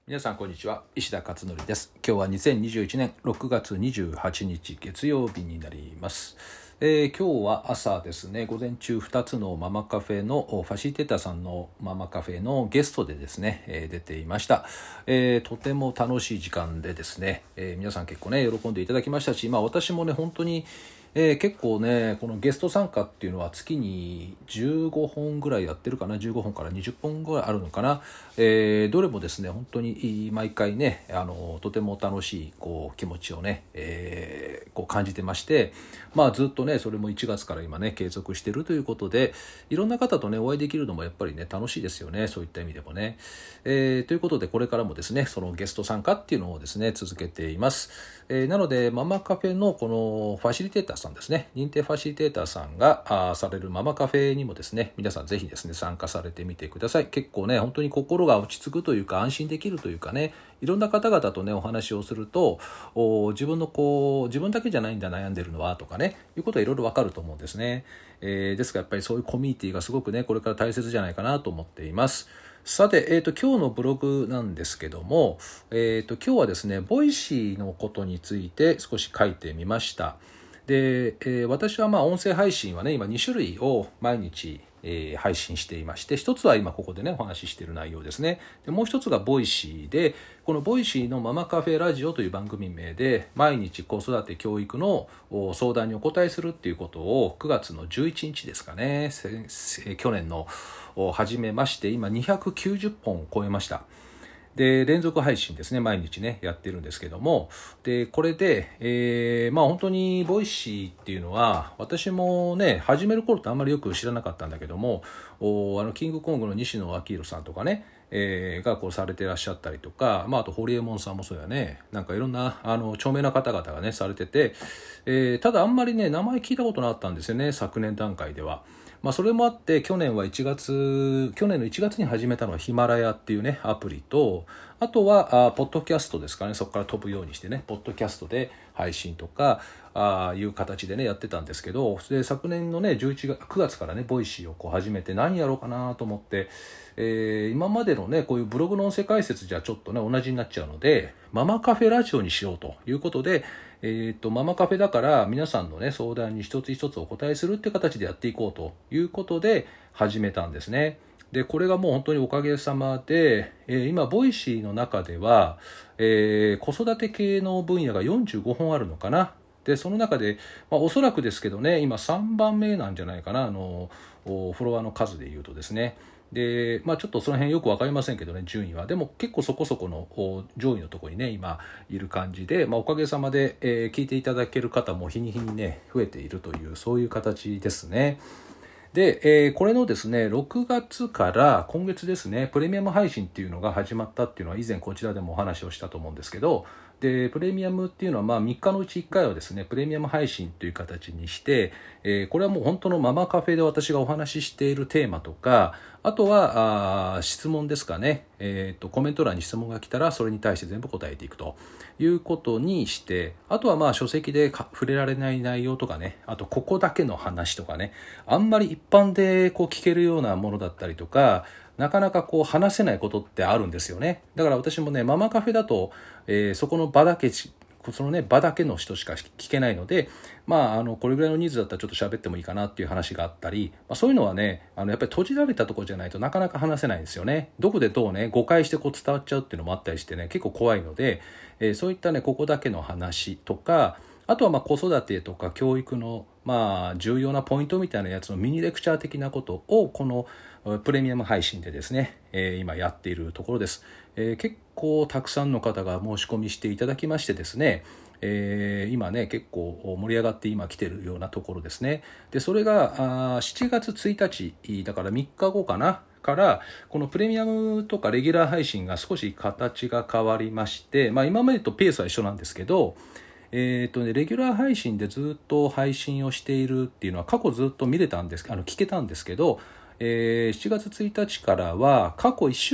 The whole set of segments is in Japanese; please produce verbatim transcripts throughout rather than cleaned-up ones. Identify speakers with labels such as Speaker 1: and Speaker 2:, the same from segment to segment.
Speaker 1: 皆さんこんにちは、石田勝則です。今日はにせんにじゅういちねんろくがつにじゅうはちにち月曜日になります。えー、今日は朝ですね、午前中ふたつのママカフェのファシリテーターさんのママカフェのゲストでですね、えー、出ていました、えー、とても楽しい時間でですね、えー、皆さん結構ね喜んでいただきましたし、まあ私もね本当にえー、結構ねこのゲスト参加っていうのは月にじゅうごほんぐらいやってるかな、じゅうごほんからにじゅっぽんぐらいあるのかな、えー、どれもですね本当に毎回ねあのとても楽しいこう気持ちをね、えー、こう感じてまして、まあずっとねそれもいちがつから今ね継続してるということで、いろんな方とねお会いできるのもやっぱりね楽しいですよね、そういった意味でもね、えー、ということでこれからもですねそのゲスト参加っていうのをですね続けています。えー、なのでママカフェのこのファシリテーターさんですね、認定ファシリテーターさんがされるママカフェにもですね皆さんぜひですね参加されてみてください。結構ね本当に心が落ち着くというか安心できるというかね、いろんな方々とねお話をすると自分のこう自分だけじゃないんだ悩んでるのはとかねいうことはいろいろわかると思うんですね、えー、ですからやっぱりそういうコミュニティがすごくねこれから大切じゃないかなと思っています。さて、えーと、今日のブログなんですけども、えーと、今日はですねボイシーのことについて少し書いてみました。で、えー、私はまあ音声配信はね今にしゅるいを毎日、えー、配信していまして、一つは今ここでねお話ししている内容ですね。でもう一つがボイシーで、このボイシーのママカフェラジオという番組名で毎日子育て教育の相談にお答えするっていうことをくがつのじゅういちにちですかね、去年の始めまして、今にひゃくきゅうじゅっぽんを超えました。で連続配信ですね毎日ねやってるんですけども、でこれで、えー、まあ本当にボイシーっていうのは私もね始める頃ってあんまりよく知らなかったんだけども、おあのキングコングの西野昭弘さんとかね、えー、がこうされていらっしゃったりとか、まあ、あとホリエモンさんもそうやね、なんかいろんなあの著名な方々がねされてて、えー、ただあんまりね名前聞いたことなかったんですよね昨年段階では。まあ、それもあって去年はいちがつ去年のいちがつに始めたのはヒマラヤっていうねアプリと、あとはあポッドキャストですかね、そこから飛ぶようにしてねポッドキャストで配信とかあいう形でねやってたんですけど、で昨年のねじゅういちがつくがつからねボイシーをこう始めて何やろうかなと思って、えー、今までのねこういうブログの音声解説じゃちょっとね同じになっちゃうのでママカフェラジオにしようということで、えー、とママカフェだから皆さんのね相談に一つ一つお答えするっていう形でやっていこうということで始めたんですね。でこれがもう本当におかげさまで、えー、今ボイシーの中では、えー、子育て系の分野がよんじゅうごほんあるのかな。でその中で、まあ、おそらくですけどね今さんばんめなんじゃないかな、あのフォロワーの数でいうとですね。でまあ、ちょっとその辺よく分かりませんけどね順位は、でも結構そこそこの上位のところにね今いる感じで、まあ、おかげさまで、えー、聞いていただける方も日に日にね増えているというそういう形ですね。で、えー、これのですねろくがつから今月ですねプレミアム配信っていうのが始まったっていうのは以前こちらでもお話をしたと思うんですけど、でプレミアムっていうのはまあみっかのうちいっかいはですねプレミアム配信という形にして、えー、これはもう本当のママカフェで私がお話ししているテーマとか、あとはあ質問ですかね、えーと、コメント欄に質問が来たらそれに対して全部答えていくということにして、あとはまあ書籍で触れられない内容とかね、あとここだけの話とかね、あんまり一般でこう聞けるようなものだったりとか、なかなかこう話せないことってあるんですよね。だから私もねママカフェだと、えー、そこの場だけそのね場だけの人しか聞けないので、まああのこれぐらいの人数だったらちょっと喋ってもいいかなっていう話があったり、まあ、そういうのはねあのやっぱり閉じられたところじゃないとなかなか話せないんですよね。どこでどうね誤解してこう伝わっちゃうっていうのもあったりしてね結構怖いので、えー、そういったねここだけの話とか、あとはまあ子育てとか教育のまあ重要なポイントみたいなやつのミニレクチャー的なことをこのプレミアム配信でですね、えー、今やっているところです。えー、結構たくさんの方が申し込みしていただきましてですね、えー、今ね結構盛り上がって今来てるようなところですね。でそれがあしちがつついたちだからみっかごかなからこのプレミアムとかレギュラー配信が少し形が変わりまして、まあ、今までとペースは一緒なんですけど、えーとね、レギュラー配信でずっと配信をしているっていうのは過去ずっと見れたんですあの聞けたんですけど、えー、しちがつついたちからは過去いっしゅうかん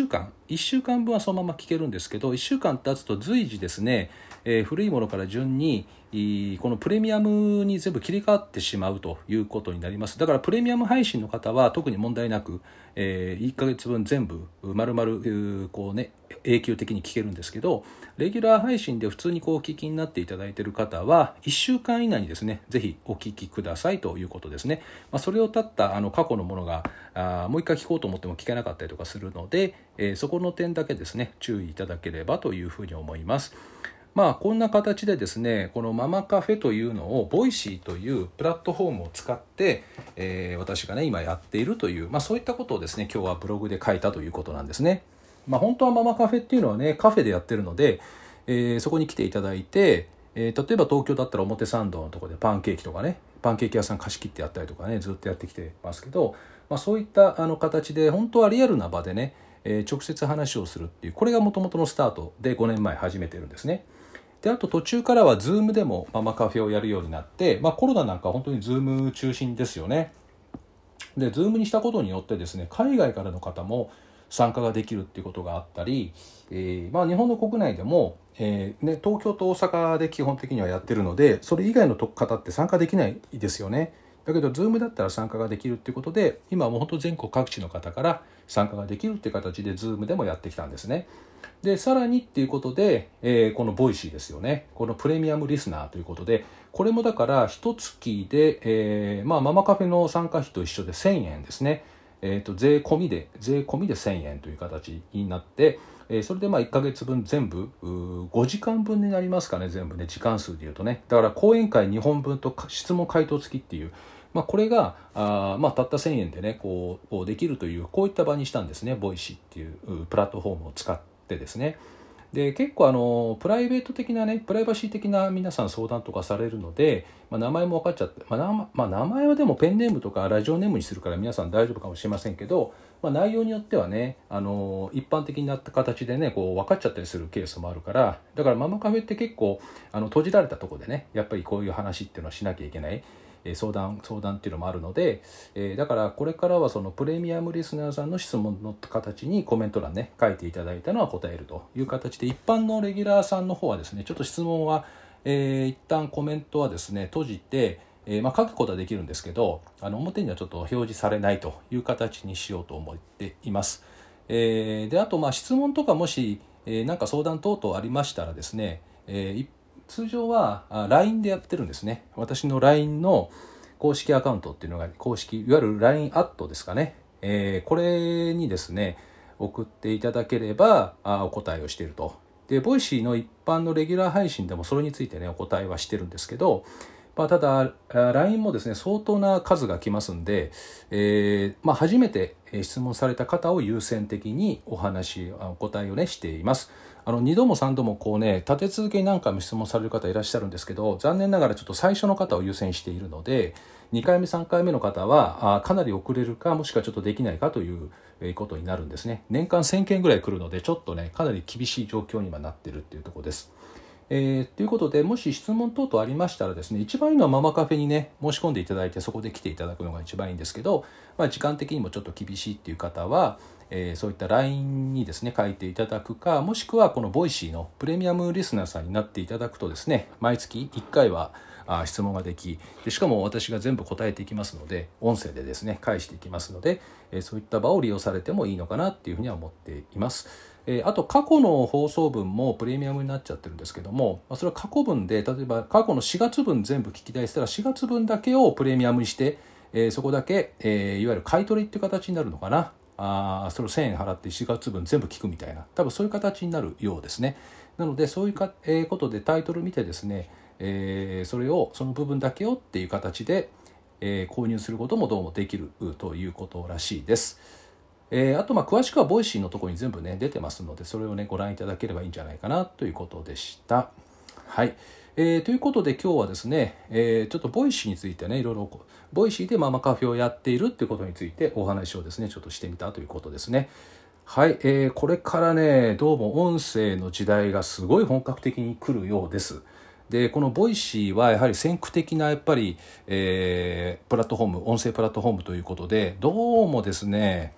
Speaker 1: いっしゅうかんぶんはそのまま聞けるんですけど、いっしゅうかん経つと随時ですね、えー、古いものから順にこのプレミアムに全部切り替わってしまうということになります。だからプレミアム配信の方は特に問題なく、えー、いっかげつぶん全部丸々こうね永久的に聞けるんですけど、レギュラー配信で普通にこうお聞きになっていただいている方はいっしゅうかん以内にですねぜひお聞きくださいということですね。まあ、それをたったあの過去のものがあもう一回聞こうと思っても聞けなかったりとかするので、えー、そこの点だけですね注意いただければというふうに思います。まあこんな形でですね、このママカフェというのをボイシーというプラットフォームを使って、えー、私がね今やっているという、まあ、そういったことをですね今日はブログで書いたということなんですね。まあ、本当はママカフェっていうのはねカフェでやってるので、えー、そこに来ていただいて、えー、例えば東京だったら表参道のところでパンケーキとかねパンケーキ屋さん貸し切ってやったりとかねずっとやってきてますけど、まあ、そういったあの形で本当はリアルな場でね、えー、直接話をするっていう、これがもともとのスタートでごねんまえ始めてるんですね。であと途中からは Zoom でもママカフェをやるようになって、まあ、コロナなんか本当に Zoom 中心ですよね。で Zoom にしたことによってですね海外からの方も参加ができるっていうことがあったり、えーまあ、日本の国内でも、えーね、東京と大阪で基本的にはやってるのでそれ以外の方って参加できないですよね。だけど Zoom だったら参加ができるっていうことで今はもう本当全国各地の方から参加ができるっていう形で Zoom でもやってきたんですね。でさらにっていうことで、えー、このボイシーですよね、このプレミアムリスナーということで、これもだから一月で、えーまあ、ママカフェの参加費と一緒でせんえんですね、えー、と税込みで税込みでせんえんという形になって、えー、それでまあいっかげつぶん全部ごじかんぶんになりますかね、全部ね時間数でいうとね。だから講演会にほんぶんと質問回答付きっていう、まあ、これがあ、まあ、たったせんえんでねこうできるという、こういった場にしたんですね、ボイシーっていうプラットフォームを使ってでですね。で結構あのプライベート的なねプライバシー的な皆さん相談とかされるので、まあ、名前も分かっちゃって、まあなまあ、名前はでもペンネームとかラジオネームにするから皆さん大丈夫かもしれませんけど、まあ、内容によってはねあの一般的になった形でねこう分かっちゃったりするケースもあるから、だからママカフェって結構あの閉じられたところでねやっぱりこういう話っていうのはしなきゃいけない相談相談っていうのもあるので、えー、だからこれからはそのプレミアムリスナーさんの質問の形にコメント欄ね書いていただいたのは答えるという形で、一般のレギュラーさんの方はですねちょっと質問は、えー、一旦コメントはですね閉じて、えーまあ、書くことはできるんですけど、あの表にはちょっと表示されないという形にしようと思っています。えー、であとまあ質問とかもし、えー、なんか相談等々ありましたらですね、えー通常は ライン でやってるんですね。私の ライン の公式アカウントっていうのが公式いわゆる ライン アットですかね、えー、これにですね送っていただければあお答えをしていると。でボイシーの一般のレギュラー配信でもそれについてねお答えはしてるんですけど、まあ、ただ ライン もですね相当な数が来ますんで、えーまあ、初めて質問された方を優先的にお話お答えをねしています。あのにどもさんどもこうね立て続けに何回も質問される方いらっしゃるんですけど、残念ながらちょっと最初の方を優先しているので、にかいめさんかいめの方はかなり遅れるかもしくはちょっとできないかということになるんですね。年間せんけんぐらい来るのでちょっとねかなり厳しい状況にはなっているっていうところです。えー、ということでもし質問等々ありましたらですね、一番いいのはママカフェにね申し込んでいただいてそこで来ていただくのが一番いいんですけど、まあ、時間的にもちょっと厳しいっていう方は、えー、そういった ライン にですね書いていただくか、もしくはこのボイシーのプレミアムリスナーさんになっていただくとですね毎月いっかいはあ質問ができで、しかも私が全部答えていきますので音声でですね返していきますので、えー、そういった場を利用されてもいいのかなっていうふうには思っています。えー、あと過去の放送分もプレミアムになっちゃってるんですけども、まあ、それは過去分で例えば過去のしがつぶん全部聞きたいしたらしがつぶんだけをプレミアムにして、えー、そこだけ、えー、いわゆる買い取りっていう形になるのかな。あそれをせんえん払ってしがつぶん全部聞くみたいな、多分そういう形になるようですね。なのでそういうか、えー、ことでタイトル見てですね、えー、それをその部分だけをっていう形で、えー、購入することもどうもできるということらしいです。えー、あとまあ詳しくはボイシーのところに全部ね出てますので、それをねご覧いただければいいんじゃないかなということでした。はい、えー、ということで今日はですね、えー、ちょっとボイシーについてねいろいろボイシーでママカフェをやっているっていうことについてお話をですねちょっとしてみたということですね。はい、えー、これからねどうも音声の時代がすごい本格的に来るようです。でこのボイシーはやはり先駆的なやっぱり、えー、プラットフォーム音声プラットフォームということで、どうもですね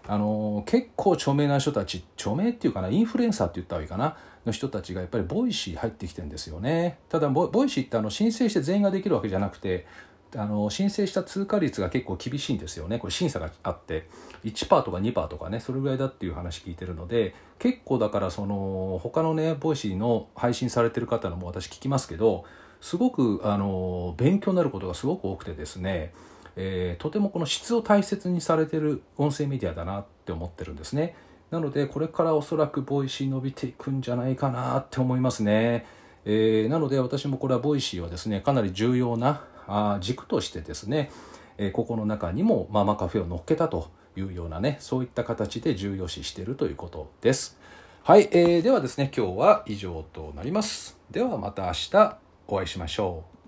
Speaker 1: あの結構著名な人たち、著名っていうかな、インフルエンサーって言った方がいいかなの人たちがやっぱりボイシー入ってきてるんですよね。ただボイシーってあの申請して全員ができるわけじゃなくて、あの申請した通過率が結構厳しいんですよね。これ審査があって いちパーセント とか にパーセント とかね、それぐらいだっていう話聞いてるので、結構だからその他のねボイシーの配信されてる方のも私聞きますけど、すごくあの勉強になることがすごく多くてですね、えー、とてもこの質を大切にされてる音声メディアだなって思ってるんですね。なのでこれからおそらくボイシー伸びていくんじゃないかなって思いますね。えー、なので私もこれはボイシーをですねかなり重要なあ軸としてですね、えー、ここの中にもママカフェを乗っけたというようなね、そういった形で重要視しているということです。はい、えー、ではですね今日は以上となります。ではまた明日お会いしましょう。